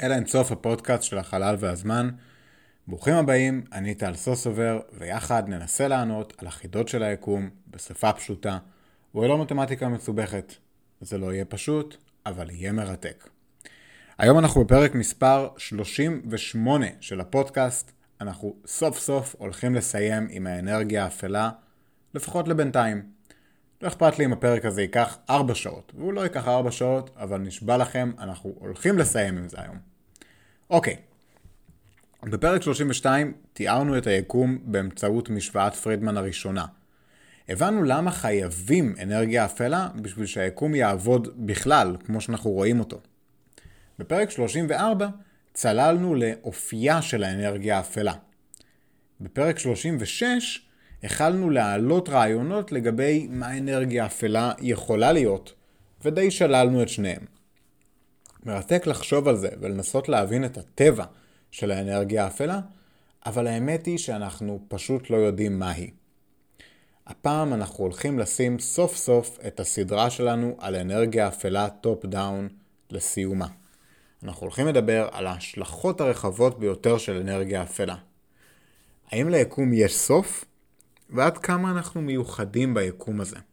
אל אינסוף, הפודקאסט של החלל והזמן. ברוכים הבאים, אני טל סוסובר, ויחד ננסה לענות על החידות של היקום בשפה פשוטה ולא מתמטיקה מסובכת. זה לא יהיה פשוט, אבל יהיה מרתק. היום אנחנו בפרק מספר 38 של הפודקאסט. אנחנו סוף סוף הולכים לסיים עם האנרגיה האפלה, לפחות לבינתיים. לא אכפת לי אם הפרק הזה ייקח 4 שעות, והוא לא ייקח 4 שעות, אבל נשבע לכם, אנחנו הולכים לסיים עם זה היום. אוקיי, בפרק 32 תיארנו את היקום באמצעות משוואת פרידמן הראשונה. הבנו למה חייבים אנרגיה אפלה בשביל שהיקום יעבוד בכלל, כמו שאנחנו רואים אותו. בפרק 34 צללנו לאופייה של האנרגיה האפלה. בפרק 36 החלנו להעלות רעיונות לגבי מה האנרגיה האפלה יכולה להיות, ודי שללנו את שניהם. מרתק לחשוב על זה ולנסות להבין את הטבע של האנרגיה האפלה, אבל האמת היא שאנחנו פשוט לא יודעים מה היא. הפעם אנחנו הולכים לשים סוף סוף את הסדרה שלנו על אנרגיה אפלה טופ דאון לסיומה. אנחנו הולכים לדבר על ההשלכות הרחבות ביותר של אנרגיה אפלה. האם ליקום יש סוף? ועד כמה אנחנו מיוחדים ביקום הזה?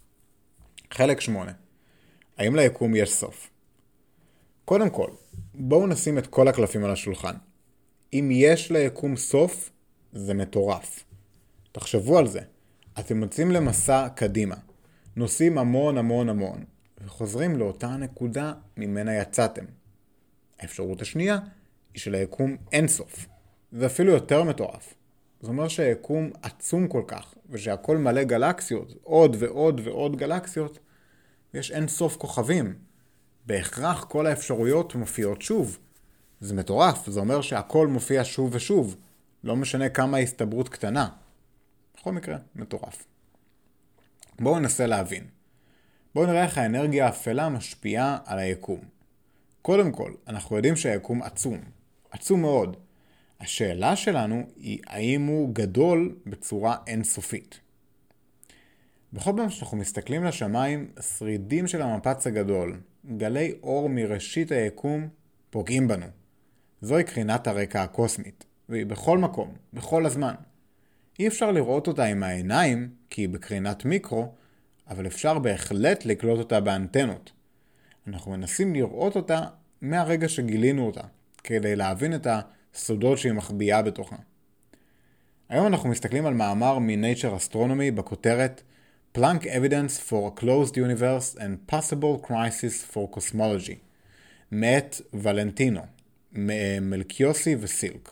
חלק 8. האם ליקום יש סוף? קודם כל, בואו נשים את כל הקלפים על השולחן. אם יש ליקום סוף, זה מטורף. תחשבו על זה. אתם יוצאים למסע קדימה. נוסעים המון, וחוזרים לאותה נקודה ממנה יצאתם. האפשרות השנייה היא שליקום אין סוף. זה אפילו יותר מטורף. זאת אומרת שהיקום עצום כל כך, ושהכל מלא גלקסיות, עוד ועוד גלקסיות, ויש אין סוף כוכבים. בהכרח כל האפשרויות מופיעות שוב. זה מטורף, זה אומר שהכל מופיע שוב ושוב. לא משנה כמה הסתברות קטנה. בכל מקרה, מטורף. בואו ננסה להבין. בואו נראה איך האנרגיה האפלה משפיעה על היקום. קודם כל, אנחנו יודעים שהיקום עצום. עצום מאוד. השאלה שלנו היא האם הוא גדול בצורה אינסופית. בכל פעם שאנחנו מסתכלים לשמיים, שרידים של המפץ הגדול, גלי אור מראשית היקום פוגעים בנו. זוהי קרינת הרקע הקוסמית, והיא בכל מקום, בכל הזמן. אי אפשר לראות אותה עם העיניים, כי היא בקרינת מיקרו, אבל אפשר בהחלט לקלוט אותה באנטנות. אנחנו מנסים לראות אותה מהרגע שגילינו אותה, כדי להבין את הסודות שהיא מחביאה בתוכה. היום אנחנו מסתכלים על מאמר מ-Nature Astronomy בכותרת Planck Evidence for a Closed Universe and Possible Crisis for Cosmology, מאת ולנטינו, מלקיוסי וסילק.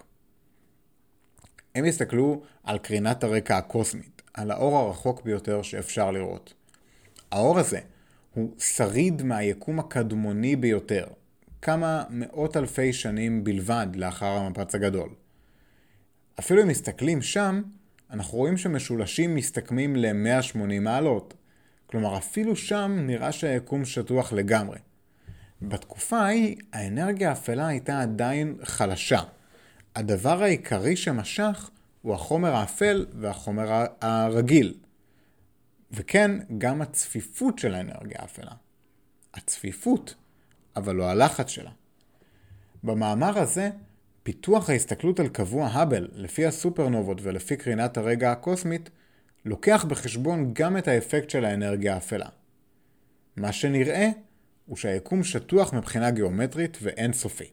הם הסתכלו על קרינת הרקע הקוסמית, על האור הרחוק ביותר שאפשר לראות. האור הזה הוא שריד מהיקום הקדמוני ביותר, כמה מאות אלפי שנים בלבד לאחר המפץ הגדול. אפילו אם מסתכלים שם, אנחנו רואים שמשולשים מסתכמים ל-180 מעלות. כלומר, אפילו שם נראה שהיקום שטוח לגמרי. בתקופה ההיא, האנרגיה האפלה הייתה עדיין חלשה. הדבר העיקרי שמשך הוא החומר האפל והחומר הרגיל. וכן, גם הצפיפות של האנרגיה האפלה. הצפיפות, אבל לא הלחץ שלה. במאמר הזה, פיתוח ההסתכלות על קבוע האבל לפי הסופרנובות ולפי קרינת הרגע הקוסמית לוקח בחשבון גם את האפקט של האנרגיה האפלה. מה שנראה הוא שהיקום שטוח מבחינה גיאומטרית ואין סופי.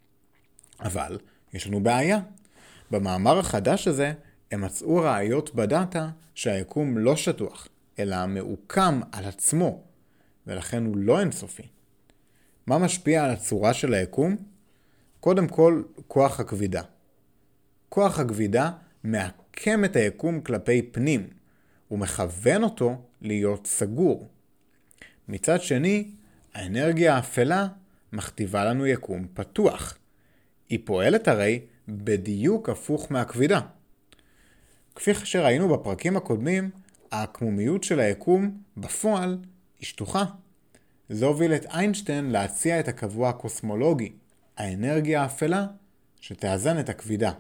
אבל יש לנו בעיה. במאמר החדש הזה הם מצאו ראיות בדאטה שהיקום לא שטוח, אלא מעוקם על עצמו, ולכן הוא לא אינסופי. מה משפיע על הצורה של היקום? קודם כל, כוח הכבידה. כוח הכבידה מעקם את היקום כלפי פנים, ומכוון אותו להיות סגור. מצד שני, האנרגיה האפלה מכתיבה לנו יקום פתוח. היא פועלת הרי בדיוק הפוך מהכבידה. כפי שראינו בפרקים הקודמים, העקמומיות של היקום בפועל היא שטוחה. זה הוביל את איינשטיין להציע את הקבוע הקוסמולוגי, האנרגיה האפלה, שתאזן את הכבידה.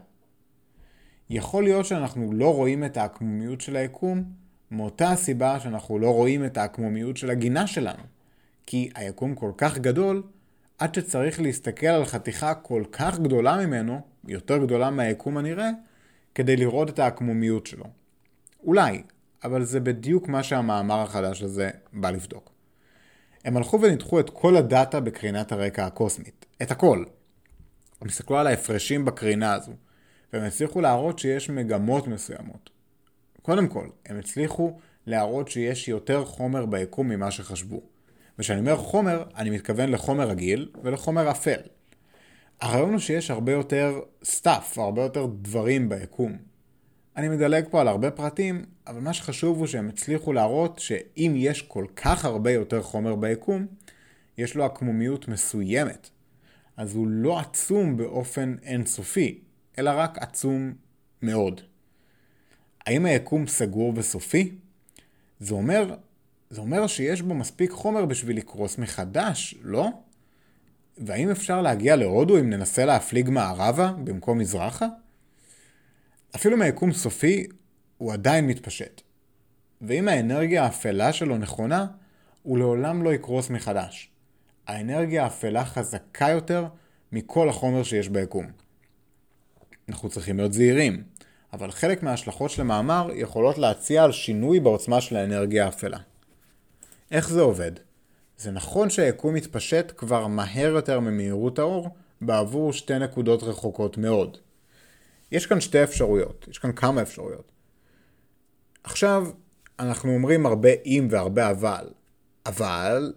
יכול להיות שאנחנו לא רואים את העקמומיות של היקום, מאותה הסיבה שאנחנו לא רואים את העקמומיות של הגינה שלנו. כי היקום כל כך גדול, עד שצריך להסתכל על חתיכה כל כך גדולה ממנו, יותר גדולה מהיקום הנראה, כדי לראות את העקמומיות שלו. אולי, אבל זה בדיוק מה שהמאמר החדש הזה בא לבדוק. הם הלכו וניתחו את כל הדאטה בקרינת הרקע הקוסמית. את הכל. הם הסתכלו על ההפרשים בקרינה הזו, והם הצליחו להראות שיש מגמות מסוימות. קודם כל, הם הצליחו להראות שיש יותר חומר ביקום ממה שחשבו. וכשאני אומר חומר, אני מתכוון לחומר רגיל ולחומר אפל. הרעיון הוא שיש הרבה יותר סטאפ, הרבה יותר דברים ביקום. אני מדלג פה על הרבה פרטים, אבל מה שחשוב הוא שהם הצליחו להראות שאם יש כל כך הרבה יותר חומר ביקום, יש לו עקמומיות מסוימת. אז הוא לא עצום באופן אינסופי, אלא רק עצום מאוד. האם היקום סגור וסופי? זה אומר שיש בו מספיק חומר בשביל לקרוס מחדש, לא? והאם אפשר להגיע להודו אם ננסה להפליג מערבה במקום מזרחה? אפילו מהיקום סופי הוא עדיין מתפשט. ואם האנרגיה האפלה שלו נכונה, הוא לעולם לא יקרוס מחדש. האנרגיה האפלה חזקה יותר מכל החומר שיש ביקום. אנחנו צריכים להיות זהירים, אבל חלק מההשלכות של המאמר יכולות להציע על שינוי בעוצמה של האנרגיה האפלה. איך זה עובד? זה נכון שהיקום מתפשט כבר מהר יותר ממהירות האור בעבור שתי נקודות רחוקות מאוד. יש כאן שתי אפשרויות, יש כאן כמה אפשרויות. עכשיו, אנחנו אומרים הרבה אם והרבה אבל. אבל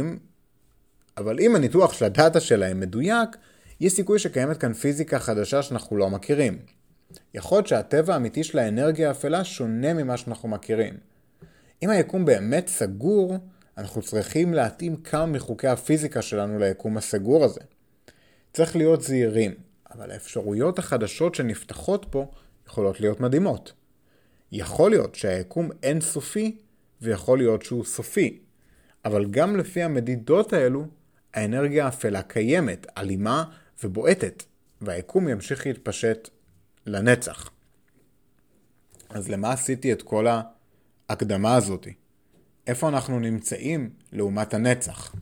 אם הניתוח של הדאטה שלהם מדויק, יש סיכוי שקיימת כאן פיזיקה חדשה שאנחנו לא מכירים. יכול להיות שהטבע האמיתי של האנרגיה האפלה שונה ממה שאנחנו מכירים. אם היקום באמת סגור, אנחנו צריכים להתאים כמה מחוקי הפיזיקה שלנו ליקום הסגור הזה. צריך להיות זהירים, אבל האפשרויות החדשות שנפתחות פה יכולות להיות מדהימות. יכול להיות שהיקום אין סופי, ויכול להיות שהוא סופי. אבל גם לפי המדידות האלו, האנרגיה האפלה קיימת, אלימה ובועטת, והיקום ימשיך להתפשט לנצח. אז למה עשיתי את כל ההקדמה הזאת? איפה אנחנו נמצאים לעומת הנצח?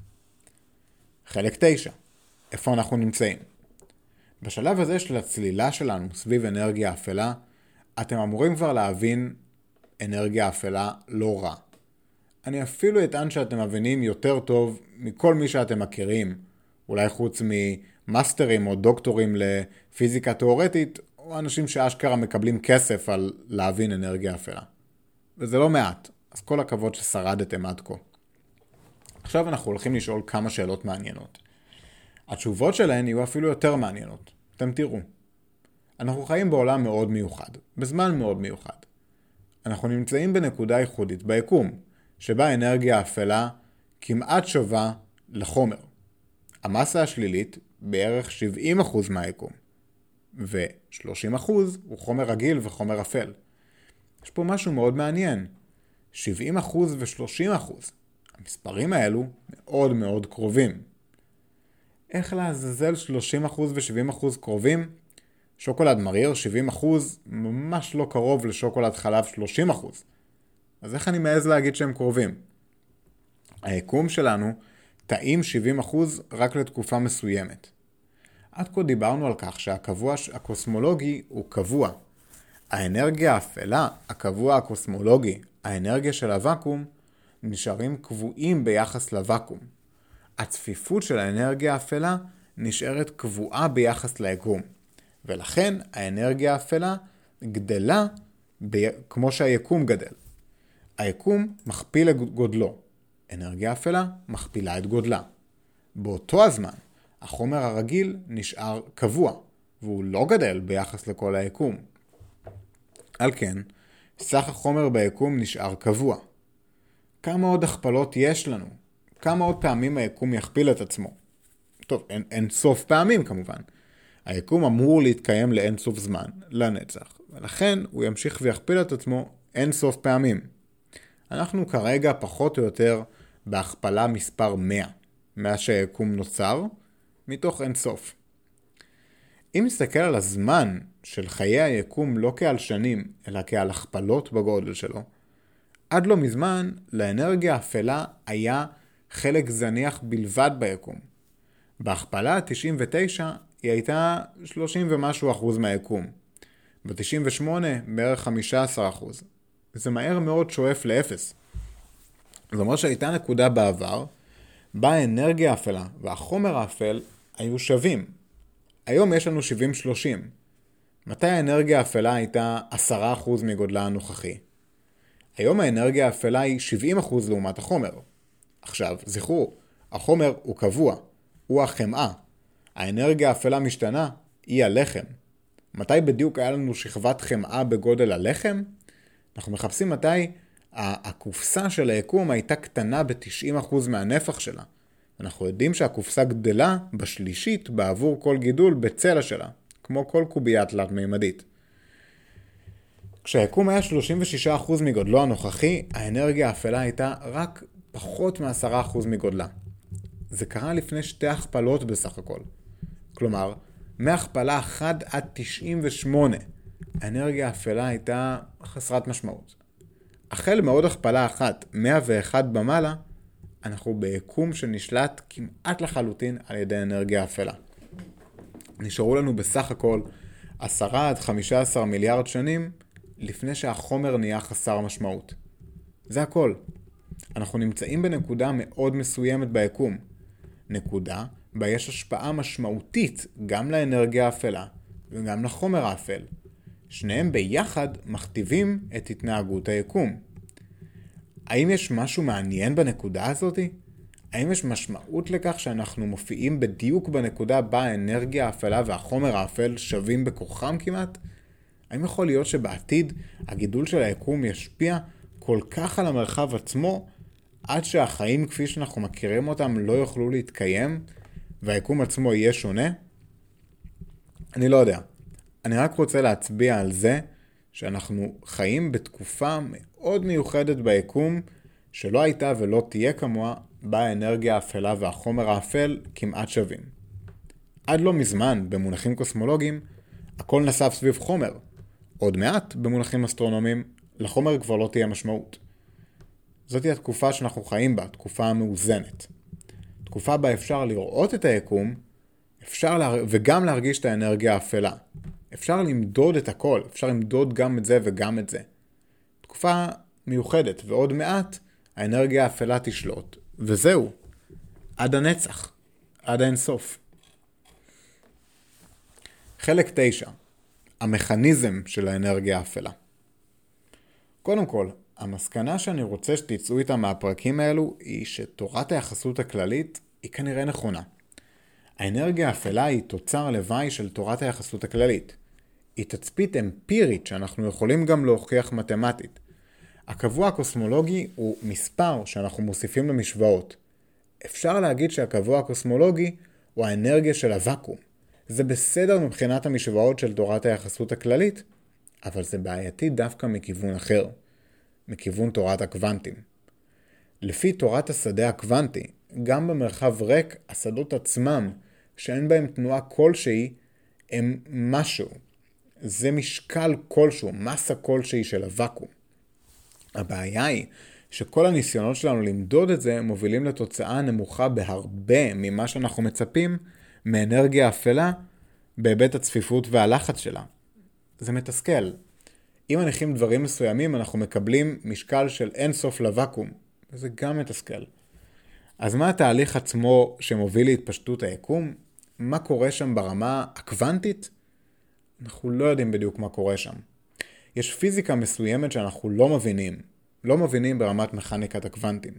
חלק 9. איפה אנחנו נמצאים? בשלב הזה של הצלילה שלנו סביב אנרגיה אפלה, אתם אמורים כבר להבין אנרגיה אפלה לא רע. אני אפילו אטען שאתם מבינים יותר טוב מכל מי שאתם מכירים, אולי חוץ ממאסטרים או דוקטורים לפיזיקה תיאורטית, או אנשים שאשכרה מקבלים כסף על להבין אנרגיה אפלה. וזה לא מעט, אז כל הכבוד ששרדתם עד כה. עכשיו אנחנו הולכים לשאול כמה שאלות מעניינות. התשובות שלהן יהיו אפילו יותר מעניינות. אתם תראו. אנחנו חיים בעולם מאוד מיוחד, בזמן מאוד מיוחד. אנחנו נמצאים בנקודה ייחודית ביקום, שבה האנרגיה האפלה כמעט שווה לחומר. המסה השלילית בערך 70% מהיקום, ו-30% הוא חומר רגיל וחומר אפל. יש פה משהו מאוד מעניין. 70% ו-30%. המספרים האלו מאוד מאוד קרובים. איך לעזאזל 30% ו-70% קרובים? שוקולד מריר 70% ממש לא קרוב לשוקולד חלב 30%. אז איך אני מעז להגיד שהם קרובים? היקום שלנו טעים 70% רק לתקופה מסוימת. עד כה דיברנו על כך שהקבוע הקוסמולוגי הוא קבוע. האנרגיה האפלה, הקבוע הקוסמולוגי, האנרגיה של הוואקום, נשארים קבועים ביחס לוואקום. הצפיפות של האנרגיה האפלה נשארת קבועה ביחס ליקום. ולכן האנרגיה האפלה גדלה כמו שהיקום גדל. היקום מכפיל את גודלו. אנרגיה אפלה מכפילה את גודלה. באותו הזמן, החומר הרגיל נשאר קבוע, והוא לא גדל ביחס לכל היקום. על כן, סך החומר ביקום נשאר קבוע. כמה עוד הכפלות יש לנו? כמה עוד פעמים היקום יכפיל את עצמו? טוב, אין סוף פעמים כמובן. היקום אמור להתקיים לאין סוף זמן, לנצח, ולכן הוא ימשיך ויכפיל את עצמו אין סוף פעמים. אנחנו כרגע פחות או יותר בהכפלה מספר 100, מאז שהיקום נוצר, מתוך אין סוף. אם נסתכל על הזמן של חיי היקום לא כעל שנים, אלא כעל הכפלות בגודל שלו, עד לא מזמן לאנרגיה אפלה היה חלק זניח בלבד ביקום. בהכפלה 99 היא הייתה 30 ומשהו אחוז מהיקום. ב-98 בערך 15%. זה מהר מאוד שואף לאפס. זאת אומרת שהייתה נקודה בעבר, בה האנרגיה האפלה והחומר האפל היו שווים. היום יש לנו 70-30. מתי האנרגיה האפלה הייתה 10% מגודלה הנוכחי? היום האנרגיה האפלה היא 70% לעומת החומר. עכשיו, זכרו, החומר הוא קבוע, הוא החמאה. האנרגיה האפלה משתנה, היא הלחם. מתי בדיוק היה לנו שכבת חמאה בגודל הלחם? אנחנו מחפשים מתי הקופסה של היקום הייתה קטנה ב-90% מהנפח שלה. אנחנו יודעים שהקופסה גדלה בשלישית בעבור כל גידול בצלע שלה, כמו כל קובייה תלת-מימדית. כשהיקום היה 36% מגודלו הנוכחי, האנרגיה האפלה הייתה רק פחות מ10% מגודלה. זה קרה לפני 2 הכפלות בסך הכל. כלומר, מהכפלה 1 עד 98, האנרגיה האפלה הייתה חסרת משמעות. החל מעוד הכפלה 1, 101 במעלה, אנחנו ביקום שנשלט כמעט לחלוטין על ידי אנרגיה אפלה. נשארו לנו בסך הכל 10 עד 15 מיליארד שנים לפני שהחומר נהיה חסר משמעות. זה הכל. אנחנו נמצאים בנקודה מאוד מסוימת ביקום. נקודה בה יש השפעה משמעותית גם לאנרגיה האפלה וגם לחומר האפל. שניהם ביחד מכתיבים את התנהגות היקום. האם יש משהו מעניין בנקודה הזאת? האם יש משמעות לכך שאנחנו מופיעים בדיוק בנקודה בה האנרגיה האפלה והחומר האפל שווים בכוחם כמעט? האם יכול להיות שבעתיד הגידול של היקום ישפיע כל כך על המרחב עצמו, עד שהחיים כפי שאנחנו מכירים אותם לא יוכלו להתקיים, והיקום עצמו יהיה שונה? אני לא יודע. אני רק רוצה להצביע על זה שאנחנו חיים בתקופה מאוד מיוחדת ביקום, שלא הייתה ולא תהיה כמוה, בה האנרגיה האפלה והחומר האפל כמעט שווים. עד לא מזמן, במונחים קוסמולוגיים, הכל נסב סביב חומר. עוד מעט, במונחים אסטרונומיים, לחומר כבר לא תהיה משמעות. זאת היא התקופה שאנחנו חיים בה, תקופה המאוזנת. תקופה בה אפשר לראות את היקום, וגם להרגיש את האנרגיה האפלה. אפשר למדוד את הכל, אפשר למדוד גם את זה וגם את זה. תקופה מיוחדת, ועוד מעט האנרגיה האפלה תשלוט. וזהו, עד הנצח, עד האינסוף. חלק 9, המכניזם של האנרגיה האפלה. קודם כל, המסקנה שאני רוצה שתצאו איתה מהפרקים האלו היא שתורת היחסות הכללית היא כנראה נכונה. האנרגיה האפלה היא תוצר לוואי של תורת היחסות הכללית. היא תצפית אמפירית שאנחנו יכולים גם להוכיח מתמטית. הקבוע הקוסמולוגי הוא מספר שאנחנו מוסיפים למשוואות. אפשר להגיד שהקבוע הקוסמולוגי הוא האנרגיה של הוואקום. זה בסדר מבחינת המשוואות של תורת היחסות הכללית, אבל זה בעייתי דווקא מכיוון אחר, מכיוון תורת הקוונטים. לפי תורת השדה הקוונטי, גם במרחב ריק, השדות עצמם, שאין בהם תנועה כלשהי, הם משהו. זה משקל כלשהו, מסה כלשהי של הוואקום. הבעיה היא שכל הניסיונות שלנו למדוד את זה מובילים לתוצאה נמוכה בהרבה ממה שאנחנו מצפים מאנרגיה אפלה בהיבט הצפיפות והלחץ שלה. זה מתסכל. אם מניחים דברים מסוימים אנחנו מקבלים משקל של אין סוף לוואקום, וזה גם מתסכל. אז מה התהליך עצמו שמוביל להתפשטות היקום? מה קורה שם ברמה הקוונטית? אנחנו לא יודעים בדיוק מה קורה שם. יש פיזיקה מסוימת שאנחנו לא מבינים ברמת מכניקת הקוונטים.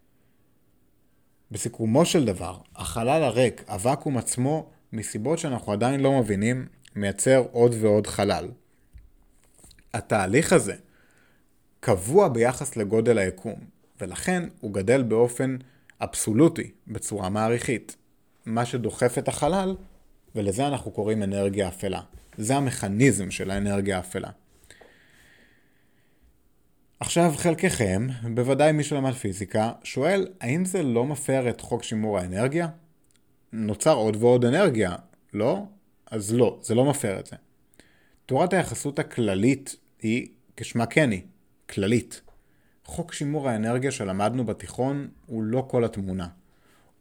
בסיכומו של דבר, החלל הריק, הוואקום עצמו, מסיבות שאנחנו עדיין לא מבינים, מייצר עוד ועוד חלל. התהליך הזה קבוע ביחס לגודל היקום, ולכן הוא גדל באופן אבסולוטי, בצורה מעריכית. מה שדוחף את החלל, ולזה אנחנו קוראים אנרגיה אפלה. זה המכניזם של האנרגיה האפלה. עכשיו חלקכם, בוודאי מי שלמד פיזיקה, שואל האם זה לא מפר את חוק שימור האנרגיה? נוצר עוד ועוד אנרגיה, לא? אז לא, זה לא מפר את זה. תורת היחסות הכללית היא, כשמה כן היא, כללית. חוק שימור האנרגיה שלמדנו בתיכון הוא לא כל התמונה.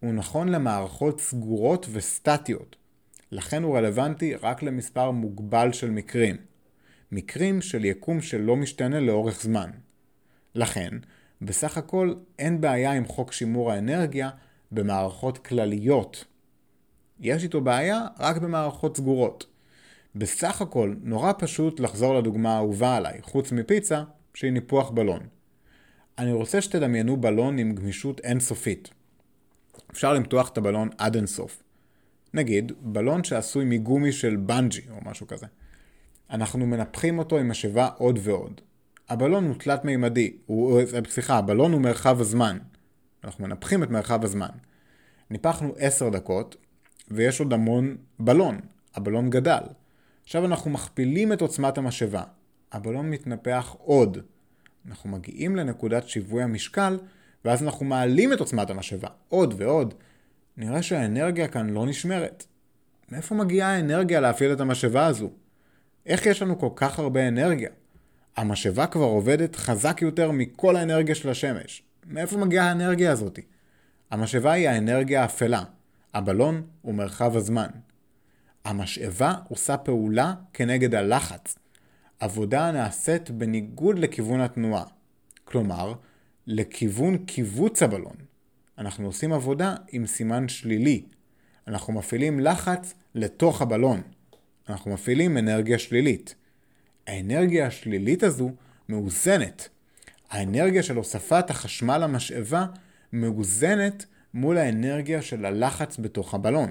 הוא נכון למערכות סגורות וסטטיות. לכן הוא רלוונטי רק למספר מוגבל של מקרים. מקרים של יקום שלא משתנה לאורך זמן. לכן, בסך הכל אין בעיה עם חוק שימור האנרגיה במערכות כלליות. יש איתו בעיה רק במערכות סגורות. בסך הכל נורא פשוט לחזור לדוגמה האהובה עליי, חוץ מפיצה שהיא ניפוח בלון. אני רוצה שתדמיינו בלון עם גמישות אינסופית. אפשר למתוח את הבלון עד אינסוף. נגיד, בלון שעשוי מגומי של בנג'י או משהו כזה. אנחנו מנפחים אותו עם משאבה עוד ועוד. הבלון הוא תלת מימדי, הבלון הוא מרחב הזמן. אנחנו מנפחים את מרחב הזמן. ניפחנו 10 דקות, ויש עוד המון בלון. הבלון גדל. עכשיו אנחנו מכפילים את עוצמת המשאבה. הבלון מתנפח עוד. אנחנו מגיעים לנקודת שיווי המשקל, ואז אנחנו מעלים את עוצמת המשאבה. עוד ועוד. נראה שהאנרגיה כאן לא נשמרת. מאיפה מגיעה האנרגיה להפעיל את המשאבה הזו? איך יש לנו כל כך הרבה אנרגיה? המשאבה כבר עובדת חזק יותר מכל האנרגיה של השמש. מאיפה מגיעה האנרגיה הזאת? המשאבה היא האנרגיה האפלה. הבלון הוא מרחב הזמן. המשאבה עושה פעולה כנגד הלחץ. עבודה נעשית בניגוד לכיוון התנועה. כלומר, לכיוון קיבוץ הבלון. אנחנו עושים עבודה עם סימן שלילי. אנחנו מפעילים לחץ לתוך הבלון. אנחנו מפעילים אנרגיה שלילית. האנרגיה השלילית הזו מאוזנת. האנרגיה של הוספת החשמל למשאבה מאוזנת מול האנרגיה של הלחץ בתוך הבלון.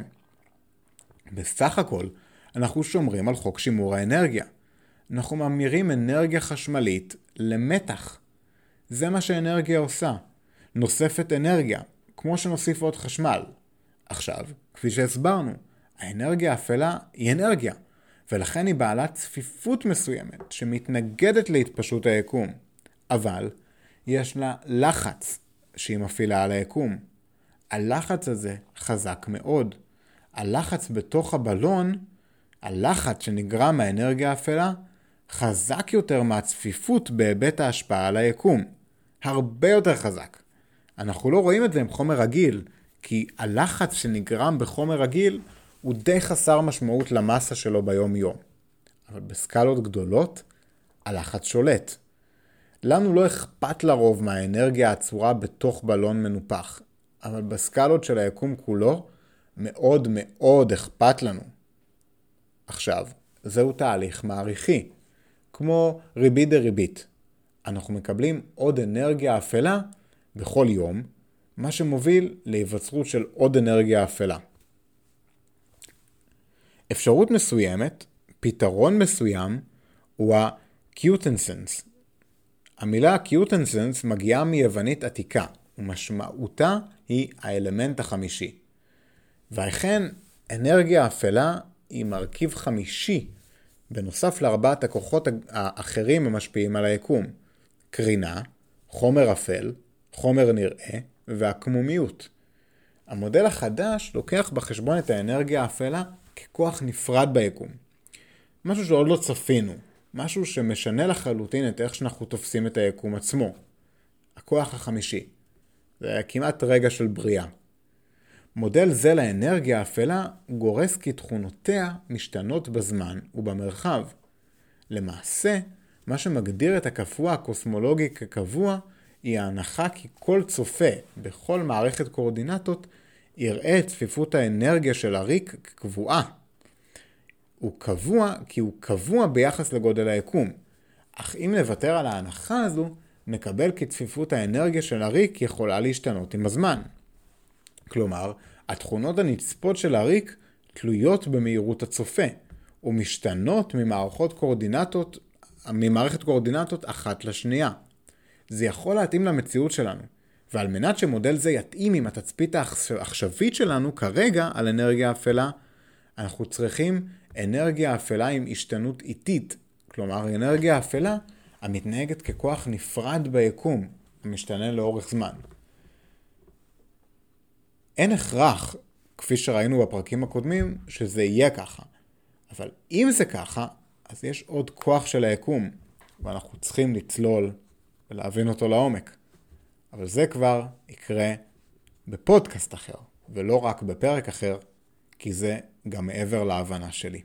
בסך הכל, אנחנו שומרים על חוק שימור האנרגיה. אנחנו ממירים אנרגיה חשמלית למתח. זה מה שאנרגיה עושה. נוספת אנרגיה, כמו שנוסיף עוד חשמל. עכשיו, כפי שהסברנו, האנרגיה האפלה היא אנרגיה, ולכן היא בעלת צפיפות מסוימת שמתנגדת להתפשטות היקום. אבל יש לה לחץ שהיא מפעילה על היקום. הלחץ הזה חזק מאוד. הלחץ בתוך הבלון, הלחץ שנגרם מהאנרגיה האפלה, חזק יותר מהצפיפות בהיבט ההשפעה על היקום. הרבה יותר חזק. אנחנו לא רואים את זה עם חומר רגיל, כי הלחץ שנגרם בחומר רגיל הוא די חסר משמעות למסה שלו ביום יום. אבל בסקלות גדולות, הלחץ שולט. לנו לא אכפת לרוב מהאנרגיה העצורה בתוך בלון מנופח, אבל בסקלות של היקום כולו, מאוד מאוד אכפת לנו. עכשיו, זהו תהליך מעריכי, כמו ריבית דריבית. אנחנו מקבלים עוד אנרגיה אפלה בכל יום, מה שמוביל להיווצרות של עוד אנרגיה אפלה. אפשרות מסוימת, פתרון מסוים, הוא ה-quiescence. המילה quiescence מגיעה מיוונית עתיקה, ומשמעותה היא האלמנט החמישי. ואכן, אנרגיה אפלה היא מרכיב חמישי, בנוסף לארבעת הכוחות האחרים המשפיעים על היקום. קרינה, חומר אפל, חומר נראה והקמומיות. המודל החדש לוקח בחשבון את האנרגיה האפלה ככוח נפרד ביקום. משהו שעוד לא צפינו, משהו שמשנה לחלוטין את איך שאנחנו תופסים את היקום עצמו. הכוח החמישי. זה כמעט רגע של בריאה. מודל זה לאנרגיה האפלה גורס כי תכונותיה משתנות בזמן ובמרחב. למעשה, מה שמגדיר את הקבוע הקוסמולוגי כקבוע, היא ההנחה כי כל צופה בכל מערכת קורדינטות יראה את צפיפות האנרגיה של הריק כקבועה. הוא קבוע כי הוא קבוע ביחס לגודל היקום. אך אם נוותר על ההנחה הזו, נקבל כי צפיפות האנרגיה של הריק יכולה להשתנות עם הזמן. כלומר, התכונות הנצפות של הריק תלויות במהירות הצופה, ומשתנות ממערכת קורדינטות אחת לשנייה. זה יכול להתאים למציאות שלנו, ועל מנת שמודל זה יתאים עם התצפית העכשווית שלנו כרגע על אנרגיה אפלה, אנחנו צריכים אנרגיה אפלה עם השתנות איטית, כלומר אנרגיה אפלה המתנהגת ככוח נפרד ביקום, המשתנה לאורך זמן. אין הכרח, כפי שראינו בפרקים הקודמים, שזה יהיה ככה. אבל אם זה ככה, אז יש עוד כוח של היקום, ואנחנו צריכים לצלול ולהבין אותו לעומק. אבל זה כבר יקרה בפודקאסט אחר. ולא רק בפרק אחר, כי זה גם מעבר להבנה שלי.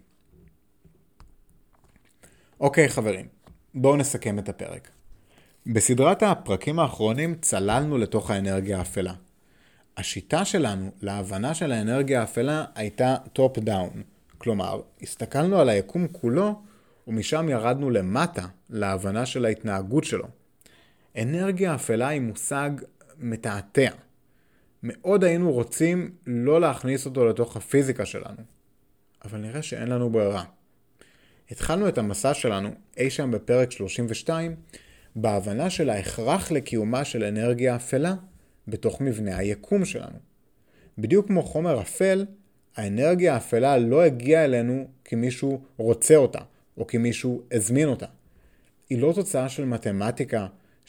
אוקיי חברים, בואו נסכם את הפרק. בסדרת הפרקים האחרונים צללנו לתוך האנרגיה האפלה. השיטה שלנו להבנה של האנרגיה האפלה הייתה טופ דאון. כלומר, הסתכלנו על היקום כולו ומשם ירדנו למטה להבנה של ההתנהגות שלו. אנרגיה אפלה היא מושג מתעתע. מאוד היינו רוצים לא להכניס אותו לתוך הפיזיקה שלנו. אבל נראה שאין לנו ברירה. התחלנו את המסע שלנו אי שם בפרק 32 בהבנה של ההכרח לקיומה של אנרגיה אפלה בתוך מבנה היקום שלנו. בדיוק כמו חומר אפל, האנרגיה האפלה לא הגיעה אלינו כי מישהו רוצה אותה או כי מישהו הזמין אותה. היא לא תוצאה של מתמטיקה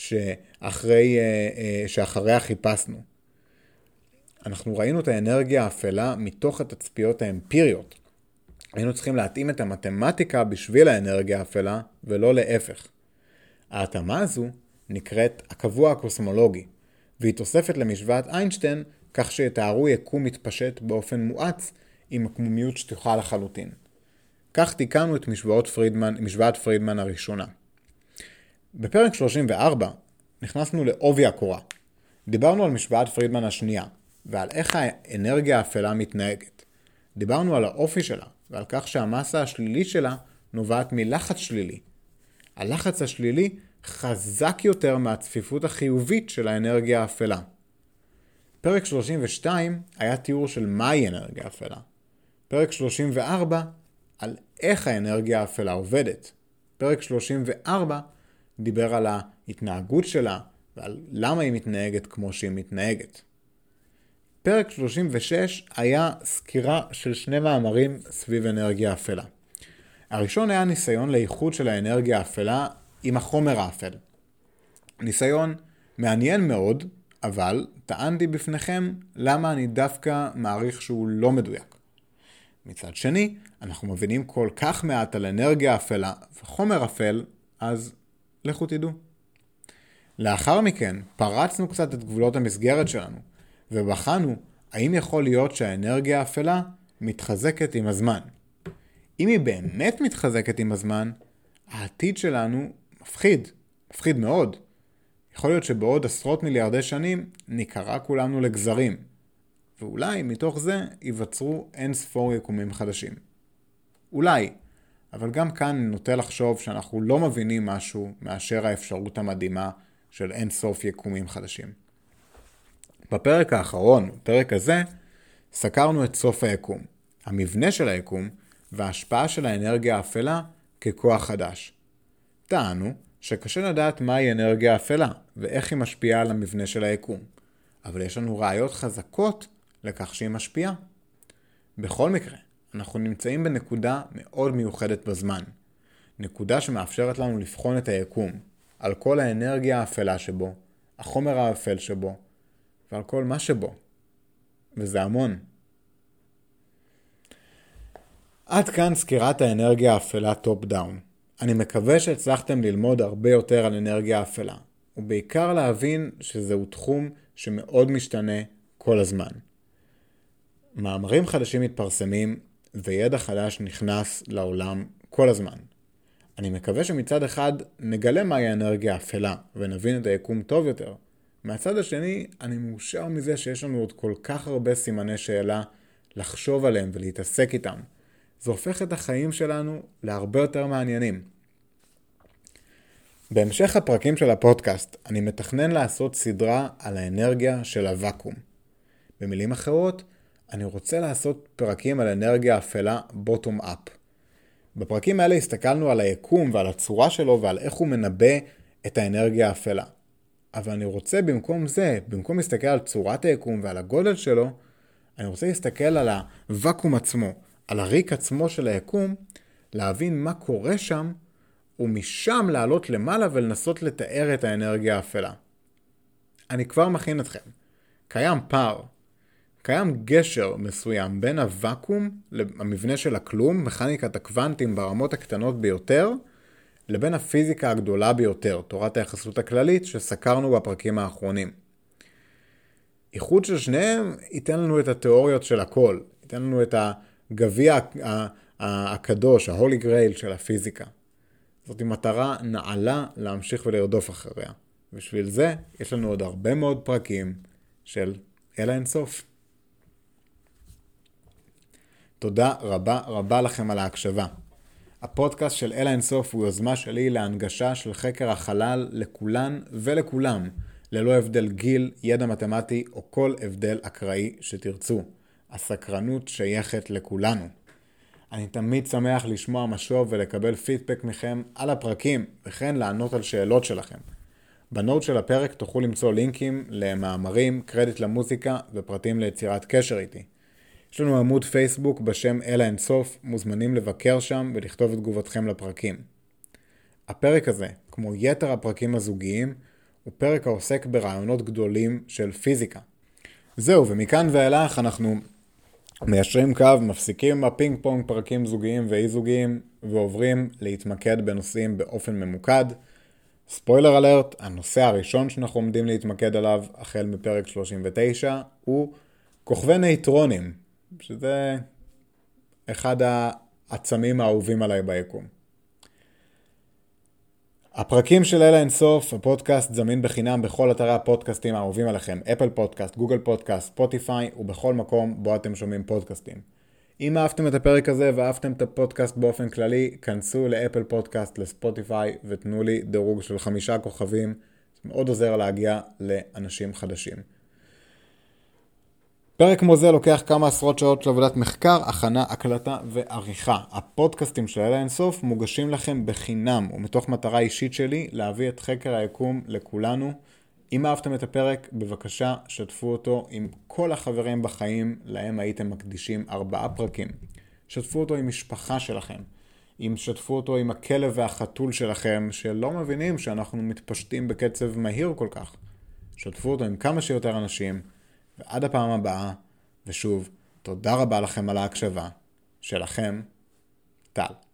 שאחריה חיפשנו. אנחנו ראינו את האנרגיה האפלה מתוך התצפיות האמפיריות. היינו צריכים להתאים את המתמטיקה בשביל האנרגיה האפלה ולא להפך. ההתאמה הזו נקראת הקבוע הקוסמולוגי, והיא תוספת למשוואת איינשטיין כך שיתארו יקום מתפשט באופן מואץ עם עקמומיות שטוחה לחלוטין. כך תיקנו את משוואת פרידמן הראשונה. בפרק 34 נכנסנו לעובי הקורה. דיברנו על משוואת פרידמן השנייה ועל איך האנרגיה האפלה מתנהגת. דיברנו על האופי שלה ועל כך שהמסה השלילית שלה נובעת מלחץ שלילי. הלחץ השלילי חזק יותר מהצפיפות החיובית של האנרגיה האפלה. פרק 32 היה תיאור של מהי אנרגיה אפלה. פרק 34 על איך האנרגיה האפלה עובדת. פרק 34 דיבר על ההתנהגות שלה ועל למה היא מתנהגת כמו שהיא מתנהגת. פרק 36 היה סקירה של שני מאמרים סביב אנרגיה אפלה. הראשון היה ניסיון לאיחוד של האנרגיה האפלה עם החומר האפל. ניסיון מעניין מאוד, אבל טענתי בפניכם למה אני דווקא מעריך שהוא לא מדויק. מצד שני, אנחנו מבינים כל כך מעט על אנרגיה אפלה וחומר אפל, אז לכו תדעו. לאחר מכן פרצנו קצת את גבולות המסגרת שלנו, ובחנו האם יכול להיות שהאנרגיה האפלה מתחזקת עם הזמן. אם היא באמת מתחזקת עם הזמן, העתיד שלנו מפחיד מאוד. יכול להיות שבעוד עשרות מיליארדי שנים נקרא כולנו לגזרים, ואולי מתוך זה ייווצרו אין ספור יקומים חדשים. אולי, אבל גם כאן אני נוטה לחשוב שאנחנו לא מבינים משהו מאשר האפשרות המדהימה של אין סוף יקומים חדשים. בפרק האחרון, בפרק הזה, סקרנו את סוף היקום, המבנה של היקום וההשפעה של האנרגיה האפלה ככוח חדש. טענו שקשה לדעת מהי אנרגיה אפלה ואיך היא משפיעה על המבנה של היקום, אבל יש לנו ראיות חזקות לכך שהיא משפיעה. בכל מקרה, אנחנו נמצאים בנקודה מאוד מיוחדת בזמן, נקודה שמאפשרת לנו לבחון את היקום, על כל האנרגיה האפלה שבו, החומר האפל שבו, ועל כל מה שבו. וזה המון. עד כאן סקירת האנרגיה האפלה טופ דאון. אני מקווה שהצלחתם ללמוד הרבה יותר על אנרגיה אפלה, ובעיקר להבין שזהו תחום שמאוד משתנה כל הזמן. מאמרים חדשים מתפרסמים וידע חדש נכנס לעולם כל הזמן. אני מקווה שמצד אחד נגלה מהי האנרגיה האפלה ונבין את היקום טוב יותר. מהצד השני, אני מאושר מזה שיש לנו עוד כל כך הרבה סימני שאלה לחשוב עליהם ולהתעסק איתם. זה הופך את החיים שלנו להרבה יותר מעניינים. בהמשך הפרקים של הפודקאסט, אני מתכנן לעשות סדרה על האנרגיה של הוואקום. במילים אחרות, אני רוצה לעשות פרקים על אנרגיה אפלה bottom up. בפרקים האלה הסתכלנו על היקום ועל הצורה שלו ועל איך הוא מנבא את האנרגיה האפלה. אבל אני רוצה במקום זה, במקום להסתכל על צורת היקום ועל הגודל שלו, אני רוצה להסתכל על הוואקום עצמו, על הריק עצמו של היקום, להבין מה קורה שם, ומשם לעלות למעלה ולנסות לתאר את האנרגיה האפלה. אני כבר מכין אתכם. קיים פער. קיים גשר מסוים בין הוואקום, המבנה של הכלום, מכניקת הקוונטים ברמות הקטנות ביותר, לבין הפיזיקה הגדולה ביותר, תורת היחסות הכללית שסקרנו בפרקים האחרונים. איחוד של שניהם ייתן לנו את התיאוריות של הכל, ייתן לנו את הגביע הקדוש, ההולי גרייל של הפיזיקה. זאת מטרה נעלה להמשיך ולרדוף אחריה. בשביל זה יש לנו עוד הרבה מאוד פרקים של אל האינסוף. תודה רבה רבה לכם על ההקשבה. הפודקאסט של אל האינסוף הוא יוזמה שלי להנגשה של חקר החלל לכולן ולכולם, ללא הבדל גיל, ידע מתמטי או כל הבדל אקראי שתרצו. הסקרנות שייכת לכולנו. אני תמיד שמח לשמוע משוב ולקבל פידבק מכם על הפרקים, וכן לענות על שאלות שלכם. בנוט של הפרק תוכלו למצוא לינקים למאמרים, קרדיט למוזיקה ופרטים ליצירת קשר איתי. יש לנו עמוד פייסבוק בשם אל האינסוף, מוזמנים לבקר שם ולכתוב את תגובתכם לפרקים. הפרק הזה, כמו יתר הפרקים הזוגיים, הוא פרק העוסק ברעיונות גדולים של פיזיקה. זהו, ומכאן ואילך אנחנו מיישרים קו, מפסיקים הפינג פונג פרקים זוגיים ואי זוגיים, ועוברים להתמקד בנושאים באופן ממוקד. ספוילר אלרט, הנושא הראשון שאנחנו עומדים להתמקד עליו החל מפרק 39 הוא כוכבי נייטרונים, שזה אחד העצמים האהובים עליי ביקום. הפרקים של אל האינסוף, הפודקאסט זמין בחינם בכל אתרי הפודקאסטים האהובים עליכם, אפל פודקאסט, גוגל פודקאסט, ספוטיפיי ובכל מקום בו אתם שומעים פודקאסטים. אם אהבתם את הפרק הזה ואהבתם את הפודקאסט באופן כללי, כנסו לאפל פודקאסט, לספוטיפיי ותנו לי דירוג של 5 כוכבים. זה מאוד עוזר להגיע לאנשים חדשים. פרק כמו זה לוקח כמה עשרות שעות של עבודת מחקר, הכנה, הקלטה ועריכה. הפודקאסטים של אל האינסוף מוגשים לכם בחינם, ומתוך מטרה אישית שלי להביא את חקר היקום לכולנו. אם אהבתם את הפרק, בבקשה שתפו אותו עם כל החברים בחיים להם הייתם מקדישים 4 פרקים. שתפו אותו עם משפחה שלכם. שתפו אותו עם הכלב והחתול שלכם שלא מבינים שאנחנו מתפשטים בקצב מהיר כל כך. שתפו אותו עם כמה שיותר אנשים. ועד הפעם הבאה, ושוב, תודה רבה לכם על ההקשבה. שלכם, טל.